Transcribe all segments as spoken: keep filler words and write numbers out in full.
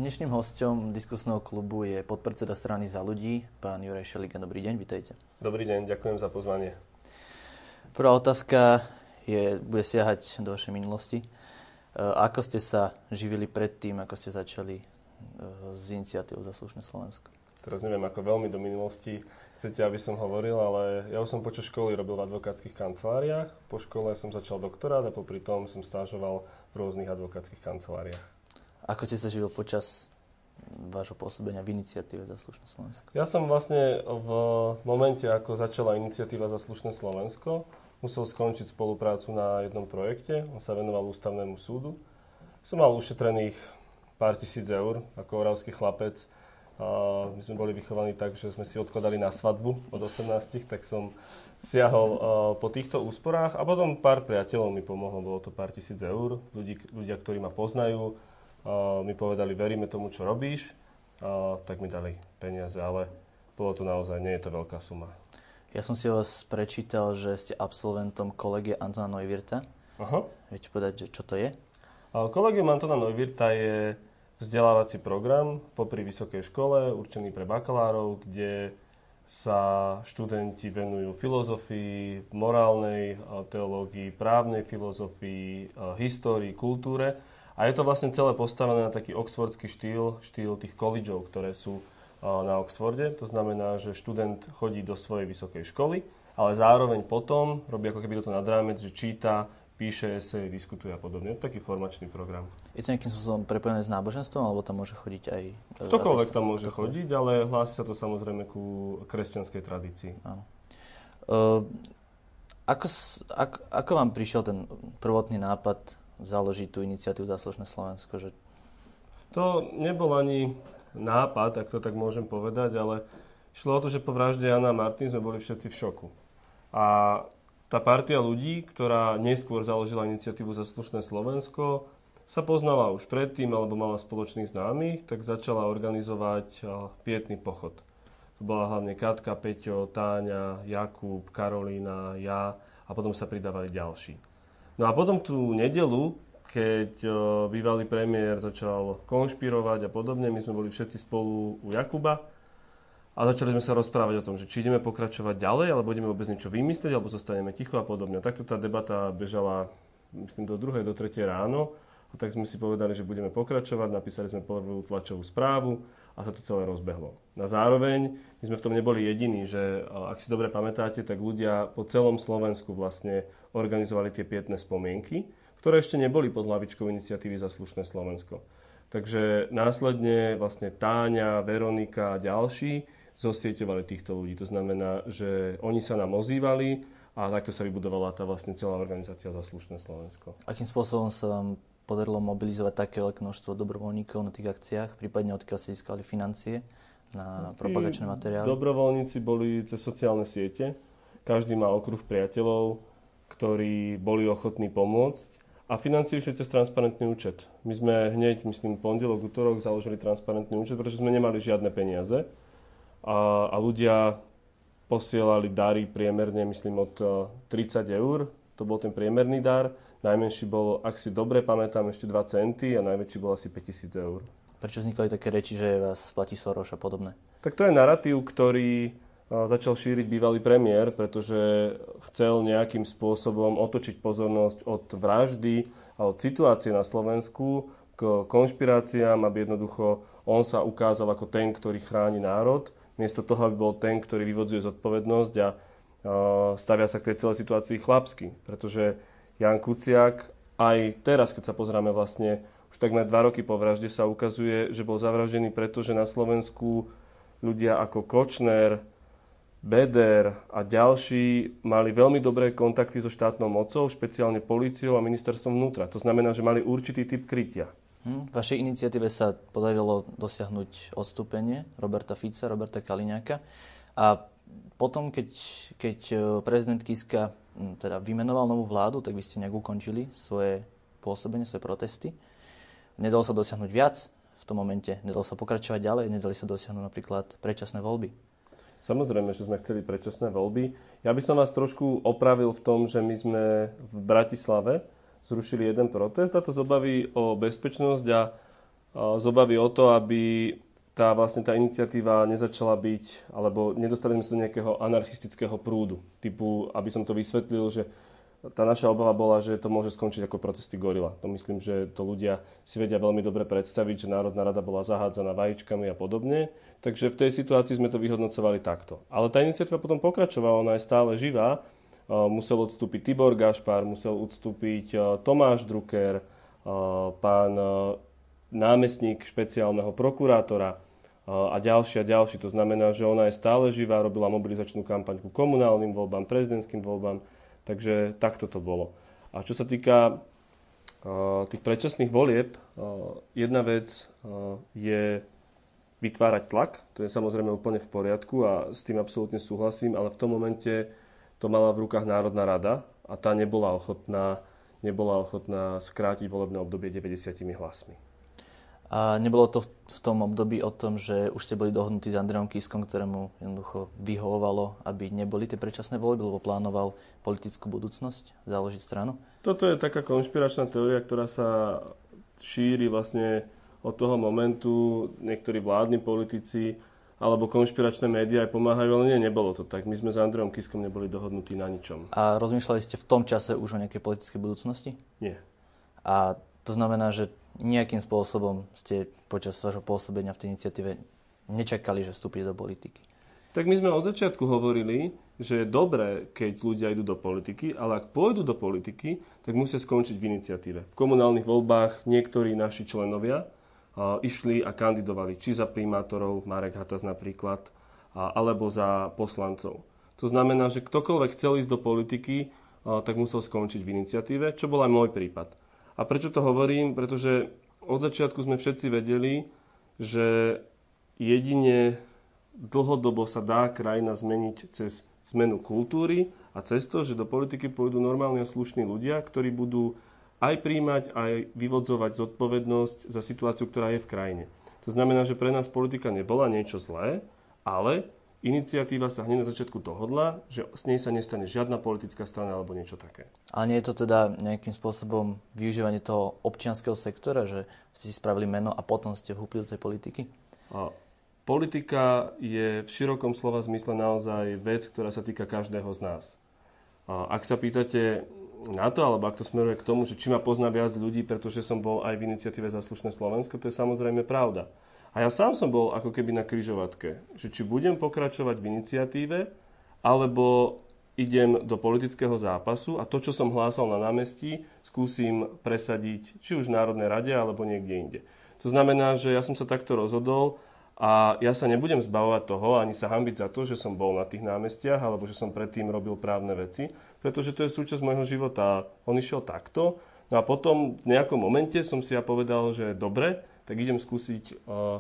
Dnešným hosťom diskusného klubu je podpredseda strany Za ľudí, pán Juraj Šeliga. Dobrý deň, vitajte. Dobrý deň, ďakujem za pozvanie. Prvá otázka je, bude siahať do vašej minulosti. Ako ste sa živili predtým, ako ste začali s iniciatívou Za slušné Slovensko? Teraz neviem, ako veľmi do minulosti chcete, aby som hovoril, ale ja už som počas školy robil v advokátskych kanceláriách. Po škole som začal doktorát a popri tom som stážoval v rôznych advokátskych kanceláriách. Ako ste sa živil počas vášho pôsobenia v iniciatíve Za slušné Slovensko? Ja som vlastne v momente, ako začala iniciatíva Za slušné Slovensko, musel skončiť spoluprácu na jednom projekte. On sa venoval ústavnému súdu. Som mal ušetrených pár tisíc eur ako oravský chlapec. A my sme boli vychovaní tak, že sme si odkladali na svadbu od osemnástich, tak som siahol po týchto úsporách a potom pár priateľov mi pomohlo, bolo to pár tisíc eur. Ľudí, ľudia, ktorí ma poznajú, Uh, mi povedali, veríme tomu, čo robíš, uh, tak mi dali peniaze, ale bolo to naozaj, nie je to veľká suma. Ja som si o vás prečítal, že ste absolventom kolegia Antona Neuwirtha. Aha. Viete povedať, že čo to je? Uh, Kolegium Antona Neuwirtha je vzdelávací program popri vysokej škole, určený pre bakalárov, kde sa študenti venujú filozofii, morálnej uh, teológii, právnej filozofii, uh, histórii, kultúre. A je to vlastne celé postavené na taký oxfordský štýl, štýl tých collegeov, ktoré sú na Oxforde. To znamená, že študent chodí do svojej vysokej školy, ale zároveň potom robí ako keby toto nad rámec, že číta, píše esej, diskutuje a podobne. To je taký formačný program. Je to nejakým spôsobom prepojené s náboženstvom, alebo tam môže chodiť aj... Ktokoľvek tam môže chodiť, ale hlási sa to samozrejme ku kresťanskej tradícii. Áno. Uh, ako, ako, ako vám prišiel ten prvotný nápad založiť tú iniciatívu Za slušné Slovensko? Že... To nebol ani nápad, ak to tak môžem povedať, ale šlo o to, že po vražde Jana a Martiny sme boli všetci v šoku. A tá partia ľudí, ktorá neskôr založila iniciatívu Za slušné Slovensko, sa poznala už predtým, alebo mala spoločných známych, tak začala organizovať pietný pochod. To bola hlavne Katka, Peťo, Táňa, Jakub, Karolína, ja a potom sa pridávali ďalší. No a potom tú nedeľu, keď bývalý premiér začal konšpirovať a podobne, my sme boli všetci spolu u Jakuba a začali sme sa rozprávať o tom, že či ideme pokračovať ďalej, alebo ideme vôbec niečo vymyslieť, alebo zostaneme ticho a podobne. Takto tá debata bežala, myslím, do druhej, do tretej ráno. A tak sme si povedali, že budeme pokračovať, napísali sme prvú tlačovú správu a sa to celé rozbehlo. A zároveň my sme v tom neboli jediní, že ak si dobre pamätáte, tak ľudia po celom Slovensku vlastne organizovali tie pietné spomienky, ktoré ešte neboli pod hlavičkou iniciatívy Za slušné Slovensko. Takže následne vlastne Táňa, Veronika a ďalší zosieťovali týchto ľudí. To znamená, že oni sa nám ozývali a takto sa vybudovala tá vlastne celá organizácia Za slušné Slovensko. Akým spôsobom sa vám podarilo mobilizovať také množstvo dobrovoľníkov na tých akciách, prípadne odkiaľ ste získali financie na propagačné materiály? Dobrovoľníci boli cez sociálne siete. Každý má okruh priateľov, ktorí boli ochotní pomôcť. A financie išli cez transparentný účet. My sme hneď, myslím, pondelok, utorok založili transparentný účet, pretože sme nemali žiadne peniaze. A, a ľudia posielali dary priemerne, myslím, od tridsať eur. To bol ten priemerný dar. Najmenší bol, ak si dobre pamätám, ešte dva centy a najväčší bol asi päťtisíc eur. Prečo vznikali také reči, že vás platí Soros a podobné? Tak to je narratív, ktorý začal šíriť bývalý premiér, pretože chcel nejakým spôsobom otočiť pozornosť od vraždy a od situácie na Slovensku k konšpiráciám, aby jednoducho on sa ukázal ako ten, ktorý chráni národ, miesto toho, aby bol ten, ktorý vyvodzuje zodpovednosť a stavia sa k tej celej situácii chlapsky. Pretože Ján Kuciak aj teraz, keď sa pozráme vlastne už takmer dva roky po vražde, sa ukazuje, že bol zavraždený preto, že na Slovensku ľudia ako Kočner, Beder a ďalší mali veľmi dobré kontakty so štátnou mocou, špeciálne políciou a ministerstvom vnútra. To znamená, že mali určitý typ krytia. Hm, v vašej iniciatíve sa podarilo dosiahnuť odstúpenie Roberta Fica, Roberta Kaliňáka. A potom, keď, keď prezident Kiska teda vymenoval novú vládu, tak vy ste nejak ukončili svoje pôsobenie, svoje protesty. Nedalo sa dosiahnuť viac v tom momente, nedalo sa pokračovať ďalej, nedali sa dosiahnuť napríklad predčasné voľby. Samozrejme, že sme chceli predčasné voľby. Ja by som vás trošku opravil v tom, že my sme v Bratislave zrušili jeden protest a to z obavy o bezpečnosť a z obavy o to, aby tá, vlastne tá iniciatíva nezačala byť, alebo nedostali sme sa do nejakého anarchistického prúdu. Typu, aby som to vysvetlil, že tá naša obava bola, že to môže skončiť ako protesty gorila. To myslím, že to ľudia si vedia veľmi dobre predstaviť, že Národná rada bola zahádzaná vajíčkami a podobne. Takže v tej situácii sme to vyhodnocovali takto. Ale tá iniciatíva potom pokračovala, ona je stále živá. Musel odstúpiť Tibor Gašpar, musel odstúpiť Tomáš Drucker, pán námestník špeciálneho prokurátora a ďalší a ďalší. To znamená, že ona je stále živá, robila mobilizačnú kampaň ku komunálnym voľbám, prezidentským voľbám, takže takto to bolo. A čo sa týka uh, tých predčasných volieb, uh, jedna vec uh, je vytvárať tlak, to je samozrejme úplne v poriadku a s tým absolútne súhlasím, ale v tom momente to mala v rukách Národná rada a tá nebola ochotná, nebola ochotná skrátiť volebné obdobie deväťdesiatimi hlasmi. A nebolo to v tom období o tom, že už ste boli dohodnutí s Andrejom Kiskom, ktorému jednoducho vyhovovalo, aby neboli tie predčasné voľby, lebo plánoval politickú budúcnosť, založiť stranu? Toto je taká konšpiračná teória, ktorá sa šíri vlastne od toho momentu. Niektorí vládni politici alebo konšpiračné médiá aj pomáhajú, ale nie, nebolo to tak. My sme s Andrejom Kiskom neboli dohodnutí na ničom. A rozmýšľali ste v tom čase už o nejakej politickej budúcnosti? Nie. A to znamená, že nejakým spôsobom ste počas svojho pôsobenia v tej iniciatíve nečakali, že vstúpite do politiky? Tak my sme od začiatku hovorili, že je dobré, keď ľudia idú do politiky, ale ak pôjdu do politiky, tak musia skončiť v iniciatíve. V komunálnych voľbách niektorí naši členovia a, išli a kandidovali, či za primátorov, Marek Hatas napríklad, a, alebo za poslancov. To znamená, že ktokoľvek chcel ísť do politiky, a, tak musel skončiť v iniciatíve, čo bol aj môj prípad. A prečo to hovorím? Pretože od začiatku sme všetci vedeli, že jedine dlhodobo sa dá krajina zmeniť cez zmenu kultúry a cez to, že do politiky pôjdu normálni a slušní ľudia, ktorí budú aj príjmať, aj vyvodzovať zodpovednosť za situáciu, ktorá je v krajine. To znamená, že pre nás politika nebola niečo zlé, ale iniciatíva sa hneď na začiatku dohodla, že s nej sa nestane žiadna politická strana alebo niečo také. Ale nie je to teda nejakým spôsobom využívanie toho občianskeho sektora, že ste si spravili meno a potom ste vhúpli do tej politiky? A politika je v širokom slova zmysle naozaj vec, ktorá sa týka každého z nás. A ak sa pýtate na to, alebo ak to smeruje k tomu, že či ma pozná viac ľudí, pretože som bol aj v iniciatíve Za slušné Slovensko, to je samozrejme pravda. A ja sám som bol ako keby na križovatke, že či budem pokračovať v iniciatíve, alebo idem do politického zápasu a to, čo som hlásal na námestí, skúsim presadiť či už v Národnej rade, alebo niekde inde. To znamená, že ja som sa takto rozhodol a ja sa nebudem zbavovať toho, ani sa hanbiť za to, že som bol na tých námestiach, alebo že som predtým robil právne veci, pretože to je súčasť môjho života. On išiel takto, no a potom v nejakom momente som si ja povedal, že dobre, tak idem skúsiť uh,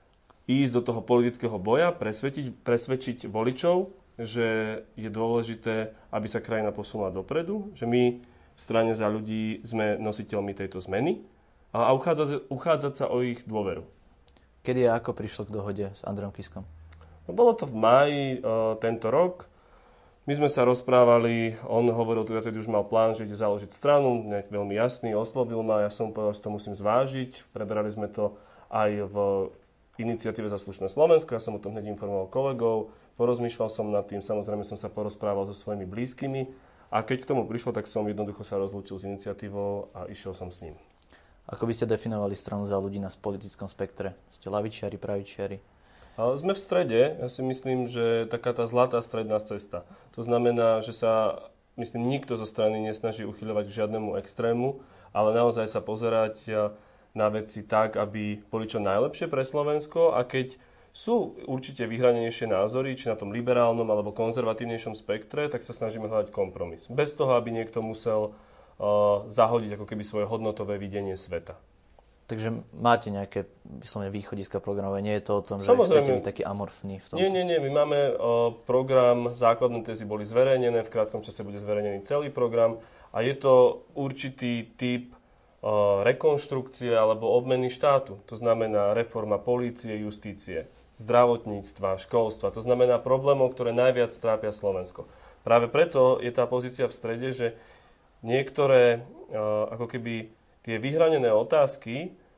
ísť do toho politického boja, presvedčiť, presvedčiť voličov, že je dôležité, aby sa krajina posunula dopredu, že my v strane Za ľudí sme nositeľmi tejto zmeny a uchádzať, uchádzať sa o ich dôveru. Kedy a ako prišlo k dohode s Andrejom Kiskom? No, bolo to v máji uh, tento rok. My sme sa rozprávali, on hovoril, teda tedy už mal plán, že ide založiť stranu, nejak veľmi jasný, oslovil ma, ja som povedal, že to musím zvážiť. Preberali sme to aj v iniciatíve Za slušné Slovensko, ja som o tom hneď informoval kolegov, porozmýšľal som nad tým, samozrejme som sa porozprával so svojimi blízkymi a keď k tomu prišlo, tak som jednoducho sa rozlúčil s iniciatívou a išiel som s ním. Ako by ste definovali stranu Za ľudí na politickom spektre? Ste ľavičiari, pravičiari? Sme v strede. Ja si myslím, že taká tá zlatá stredná cesta. To znamená, že sa, myslím, nikto zo strany nesnaží uchyľovať k žiadnemu extrému, ale naozaj sa pozerať na veci tak, aby boli čo najlepšie pre Slovensko a keď sú určite vyhranenejšie názory, či na tom liberálnom alebo konzervatívnejšom spektre, tak sa snažíme hľadať kompromis. Bez toho, aby niekto musel uh, zahodiť ako keby svoje hodnotové videnie sveta. Takže máte nejaké vyslovene východiska programové, nie je to o tom, že samozrejme chcete byť taký amorfný v tomto? Nie, nie, nie, my máme uh, program, základné tézy boli zverejnené, v krátkom čase bude zverejnený celý program a je to určitý typ uh, rekonštrukcie alebo obmeny štátu. To znamená reforma polície, justície, zdravotníctva, školstva. To znamená problémov, ktoré najviac trápia Slovensko. Práve preto je tá pozícia v strede, že niektoré uh, ako keby tie vyhranené otázky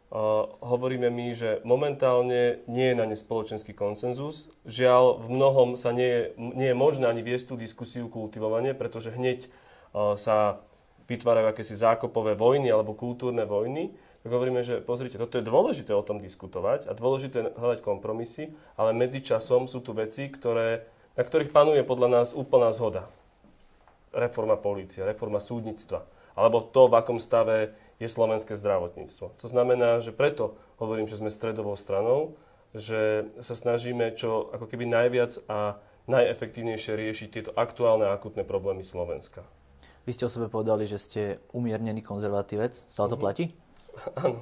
Uh, hovoríme my, že momentálne nie je na ne spoločenský konsenzus. Žiaľ, v mnohom sa nie je, nie je možné ani viesť tú diskusiu kultivovanie, pretože hneď uh, sa vytvárajú akési zákopové vojny alebo kultúrne vojny. Tak hovoríme, že pozrite, toto je dôležité o tom diskutovať a dôležité hľadať kompromisy, ale medzičasom sú tu veci, ktoré, na ktorých panuje podľa nás úplná zhoda. Reforma polície, reforma súdnictva, alebo to, v akom stave je slovenské zdravotníctvo. To znamená, že preto hovorím, že sme stredovou stranou, že sa snažíme čo ako keby najviac a najefektívnejšie riešiť tieto aktuálne a akutné problémy Slovenska. Vy ste o sebe povedali, že ste umiernený konzervatívec. Stále to platí? Áno.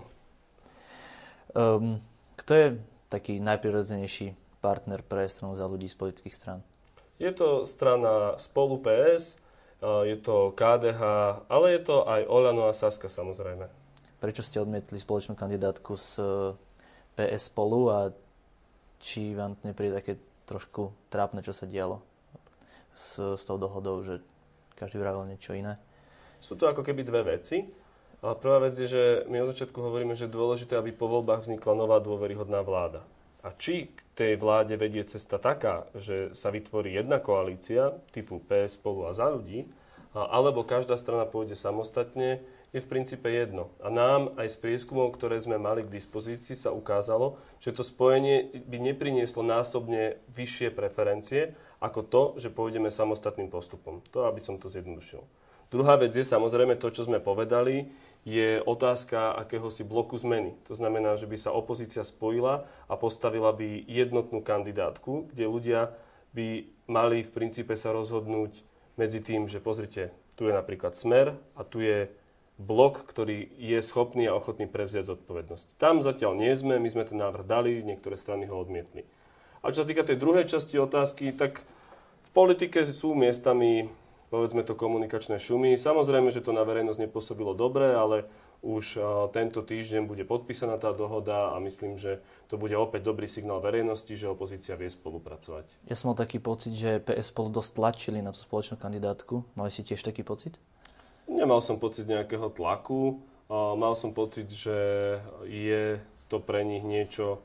Um, kto je taký najprirodzenejší partner pre Stranu za ľudí z politických strán? Je to strana Spolu pé es, je to ká dé há, ale je to aj Oľano a Saska samozrejme. Prečo ste odmietli spoločnú kandidátku s pé es Spolu a či vám nepríde také trošku trápne, čo sa dialo s, s tou dohodou, že každý vravel niečo iné? Sú to ako keby dve veci. A prvá vec je, že my od začiatku hovoríme, že je dôležité, aby po voľbách vznikla nová dôveryhodná vláda. A či k tej vláde vedie cesta taká, že sa vytvorí jedna koalícia typu pé es Spolu a Za ľudí, alebo každá strana pôjde samostatne, je v princípe jedno. A nám aj z prieskumov, ktoré sme mali k dispozícii, sa ukázalo, že to spojenie by neprinieslo násobne vyššie preferencie ako to, že pôjdeme samostatným postupom. To, aby som to zjednodušil. Druhá vec je samozrejme to, čo sme povedali, je otázka akéhosi bloku zmeny. To znamená, že by sa opozícia spojila a postavila by jednotnú kandidátku, kde ľudia by mali v princípe sa rozhodnúť medzi tým, že pozrite, tu je napríklad Smer a tu je blok, ktorý je schopný a ochotný prevziať zodpovednosť. Tam zatiaľ nie sme, my sme ten návrh dali, niektoré strany ho odmietli. A čo sa týka tej druhej časti otázky, tak v politike sú miestami, povedzme to, komunikačné šumy. Samozrejme, že to na verejnosť nepôsobilo dobre, ale už tento týždeň bude podpísaná tá dohoda a myslím, že to bude opäť dobrý signál verejnosti, že opozícia vie spolupracovať. Ja som mal taký pocit, že pé es Spolu dosť tlačili na tú spoločnú kandidátku. Mali si tiež taký pocit? Nemal som pocit nejakého tlaku. Mal som pocit, že je to pre nich niečo,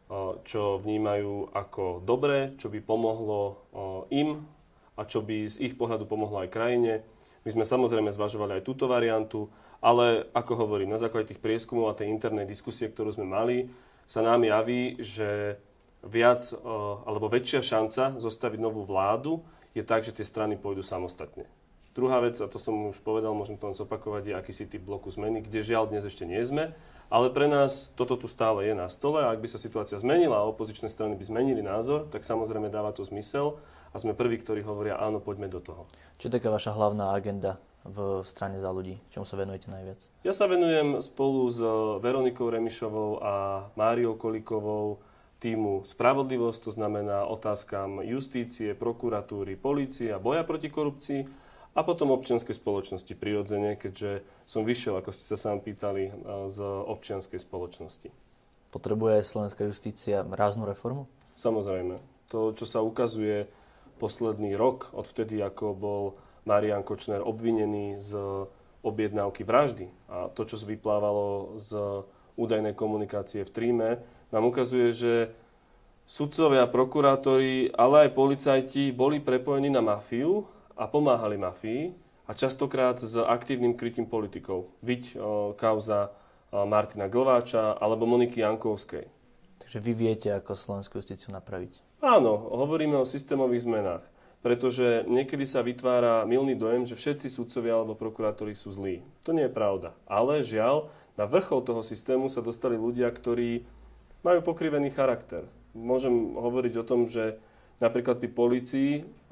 čo vnímajú ako dobré, čo by pomohlo im a čo by z ich pohľadu pomohlo aj krajine. My sme samozrejme zvažovali aj túto variantu, ale ako hovorím, na základe tých prieskumov a tej internej diskusie, ktorú sme mali, sa nám javí, že viac alebo väčšia šanca zostaviť novú vládu je tak, že tie strany pôjdu samostatne. Druhá vec, a to som už povedal, môžem to len zopakovať, je akýsi typ bloku zmeny, kde žiaľ dnes ešte nie sme, ale pre nás toto tu stále je na stole a ak by sa situácia zmenila a opozičné strany by zmenili názor, tak samozrejme dáva to zmysel. A sme prví, ktorí hovoria, áno, poďme do toho. Čo je taká vaša hlavná agenda v Strane za ľudí? Čomu sa venujete najviac? Ja sa venujem spolu s Veronikou Remišovou a Máriou Kolíkovou týmu Spravodlivosť, to znamená otázkam justície, prokuratúry, polície a boja proti korupcii a potom občianskej spoločnosti prirodzene, keďže som vyšiel, ako ste sa sám pýtali, z občianskej spoločnosti. Potrebuje slovenská justícia ráznú reformu? Samozrejme. To, čo sa ukazuje posledný rok, odvtedy, ako bol Marián Kočner obvinený z objednávky vraždy a to, čo vyplávalo z údajnej komunikácie v Tríme, nám ukazuje, že sudcovia, prokurátori, ale aj policajti boli prepojení na mafiu a pomáhali mafii a častokrát s aktívnym krytím politikov. Viď o, kauza o, Martina Glváča alebo Moniky Jankovskej. Takže vy viete, ako slovenskú justíciu napraviť? Áno, hovoríme o systémových zmenách, pretože niekedy sa vytvára mylný dojem, že všetci sudcovia alebo prokurátori sú zlí. To nie je pravda. Ale žiaľ, na vrchol toho systému sa dostali ľudia, ktorí majú pokrivený charakter. Môžem hovoriť o tom, že napríklad pri polícii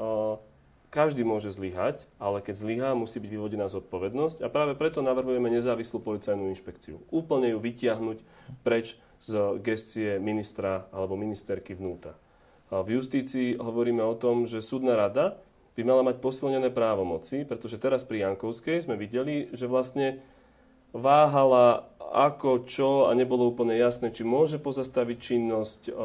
každý môže zlyhať, ale keď zlyhá, musí byť vyvodená zodpovednosť a práve preto navrhujeme nezávislú policajnú inšpekciu. Úplne ju vytiahnuť preč z gestie ministra alebo ministerky vnútra. V justícii hovoríme o tom, že súdna rada by mala mať posilnené právomoci, pretože teraz pri Jankovskej sme videli, že vlastne váhala ako, čo a nebolo úplne jasné, či môže pozastaviť činnosť o,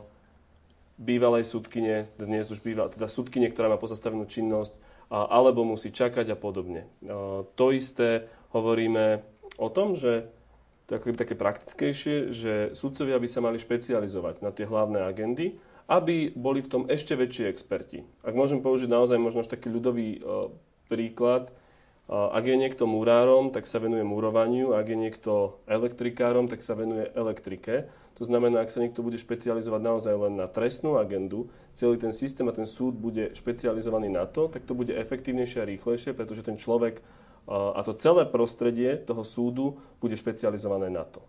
bývalej sudkyne, dnes už býva, teda sudkyne, ktorá má pozastavenú činnosť, a, alebo musí čakať a podobne. O, to isté hovoríme o tom, že to je ako keby také praktickejšie, že sudcovia by sa mali špecializovať na tie hlavné agendy, aby boli v tom ešte väčší experti. Ak môžem použiť naozaj možno taký ľudový uh, príklad, uh, ak je niekto murárom, tak sa venuje murovaniu, ak je niekto elektrikárom, tak sa venuje elektrike. To znamená, ak sa niekto bude špecializovať naozaj len na trestnú agendu, celý ten systém a ten súd bude špecializovaný na to, tak to bude efektívnejšie a rýchlejšie, pretože ten človek uh, a to celé prostredie toho súdu bude špecializované na to.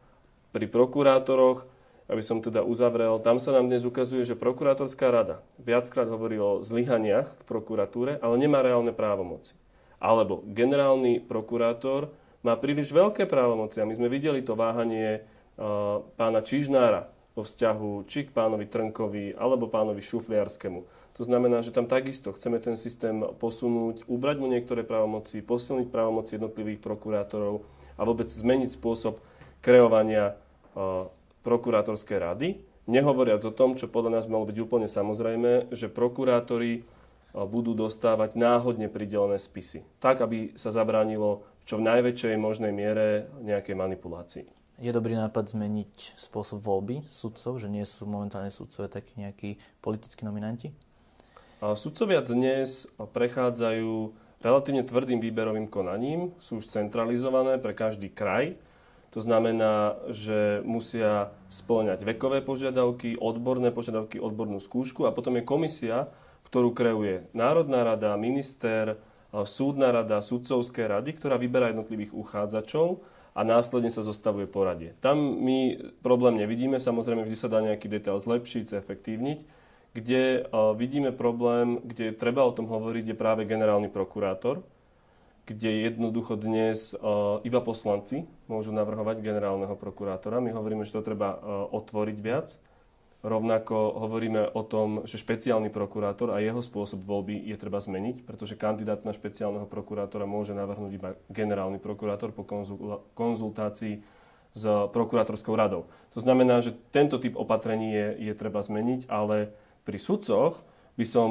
Pri prokurátoroch, aby som teda uzavrel, tam sa nám dnes ukazuje, že prokurátorská rada viackrát hovorí o zlyhaniach v prokuratúre, ale nemá reálne právomoci. Alebo generálny prokurátor má príliš veľké právomoci a my sme videli to váhanie uh, pána Čižnára vo vzťahu či k pánovi Trnkovi alebo pánovi Šufliarskému. To znamená, že tam takisto chceme ten systém posunúť, ubrať mu niektoré právomoci, posilniť právomoci jednotlivých prokurátorov a vôbec zmeniť spôsob kreovania uh, prokurátorskej rady, nehovoriac o tom, čo podľa nás malo byť úplne samozrejme, že prokurátori budú dostávať náhodne pridelené spisy. Tak, aby sa zabránilo čo v najväčšej možnej miere nejakej manipulácii. Je dobrý nápad zmeniť spôsob voľby sudcov, že nie sú momentálne sudcovia takí nejakí politickí nominanti? Sudcovia dnes prechádzajú relatívne tvrdým výberovým konaním, sú už centralizované pre každý kraj. To znamená, že musia spĺňať vekové požiadavky, odborné požiadavky, odbornú skúšku a potom je komisia, ktorú kreuje Národná rada, minister, súdna rada, sudcovské rady, ktorá vyberá jednotlivých uchádzačov a následne sa zostavuje poradie. Tam my problém nevidíme, samozrejme vždy sa dá nejaký detail zlepšiť, zefektívniť. Kde vidíme problém, kde treba o tom hovoriť, je práve generálny prokurátor, kde jednoducho dnes uh, iba poslanci môžu navrhovať generálneho prokurátora. My hovoríme, že to treba uh, otvoriť viac. Rovnako hovoríme o tom, že špeciálny prokurátor a jeho spôsob voľby je treba zmeniť, pretože kandidát na špeciálneho prokurátora môže navrhnúť iba generálny prokurátor po konzul- konzultácii s prokurátorskou radou. To znamená, že tento typ opatrení je, je treba zmeniť, ale pri sudcoch by som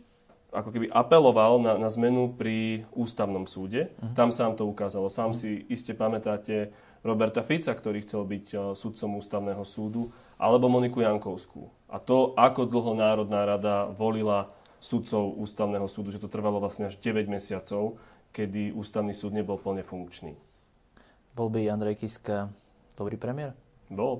ako keby apeloval na, na zmenu pri ústavnom súde. Uh-huh. Tam sa nám to ukázalo. Sám uh-huh. si iste pamätáte Roberta Fica, ktorý chcel byť uh, sudcom ústavného súdu, alebo Moniku Jankovskú. A to, ako dlho Národná rada volila sudcov ústavného súdu, že to trvalo vlastne až deväť mesiacov, kedy ústavný súd nebol plne funkčný. Bol by Andrej Kiska dobrý premiér? Bol.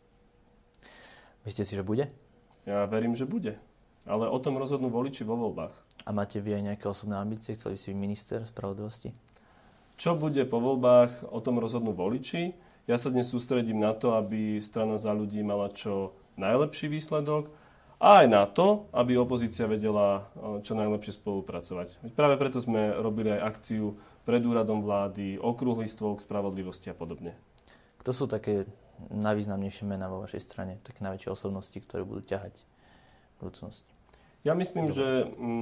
Myslíte si, že bude? Ja verím, že bude. Ale o tom rozhodnú voliči vo voľbách. A máte vy aj nejaké osobné ambície? Chceli si byť minister spravodlivosti? Čo bude po voľbách, o tom rozhodnú voliči. Ja sa dnes sústredím na to, aby strana Za ľudí mala čo najlepší výsledok a aj na to, aby opozícia vedela čo najlepšie spolupracovať. Veď práve preto sme robili aj akciu pred úradom vlády, okrúhly stôl k spravodlivosti a podobne. Kto sú také najvýznamnejšie mená vo vašej strane? Také najväčšie osobnosti, ktoré budú ťahať v budúcnosti? Ja myslím, Dobre. že mm,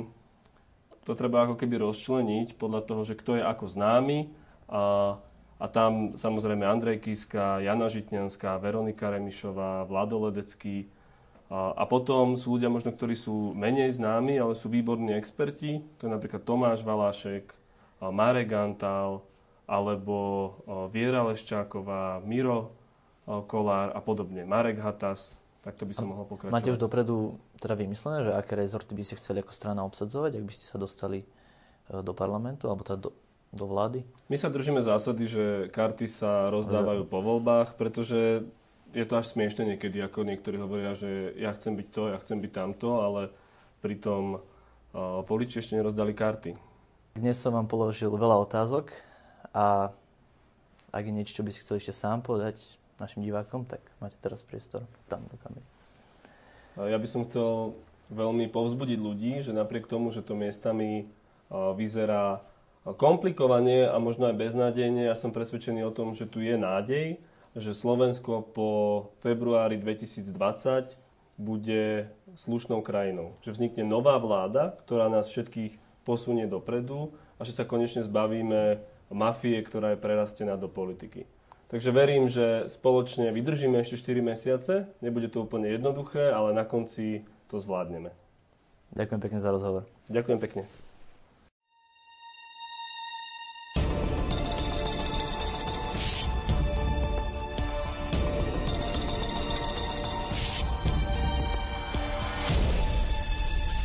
to treba ako keby rozčleniť podľa toho, že kto je ako známy a, a tam samozrejme Andrej Kiska, Jana Žitňanská, Veronika Remišová, Vlado Ledecký a, a potom sú ľudia možno, ktorí sú menej známi, ale sú výborní experti. To je napríklad Tomáš Valášek, Marek Antal alebo Viera Leščáková, Miro Kolár a podobne, Marek Hatas. Tak to by som mohol pokračovať. Máte už dopredu teda vymyslené, že aké rezorty by ste chceli ako strana obsadzovať, ak by ste sa dostali do parlamentu alebo teda do, do vlády? My sa držíme zásady, že karty sa rozdávajú po voľbách, pretože je to až smiešne niekedy, ako niektorí hovoria, že ja chcem byť to, ja chcem byť tamto, ale pritom uh, voliči ešte nerozdali karty. Dnes som vám položil veľa otázok a ak je niečo, čo by ste chceli ešte sám povedať našim divákom, tak máte teraz priestor tam do kamery. Ja by som chcel veľmi povzbudiť ľudí, že napriek tomu, že to miestami vyzerá komplikovane a možno aj beznádejne, ja som presvedčený o tom, že tu je nádej, že Slovensko po februári dvetisícdvadsať bude slušnou krajinou. Že vznikne nová vláda, ktorá nás všetkých posunie dopredu a že sa konečne zbavíme mafie, ktorá je prerastená do politiky. Takže verím, že spoločne vydržíme ešte štyri mesiace. Nebude to úplne jednoduché, ale na konci to zvládneme. Ďakujem pekne za rozhovor. Ďakujem pekne.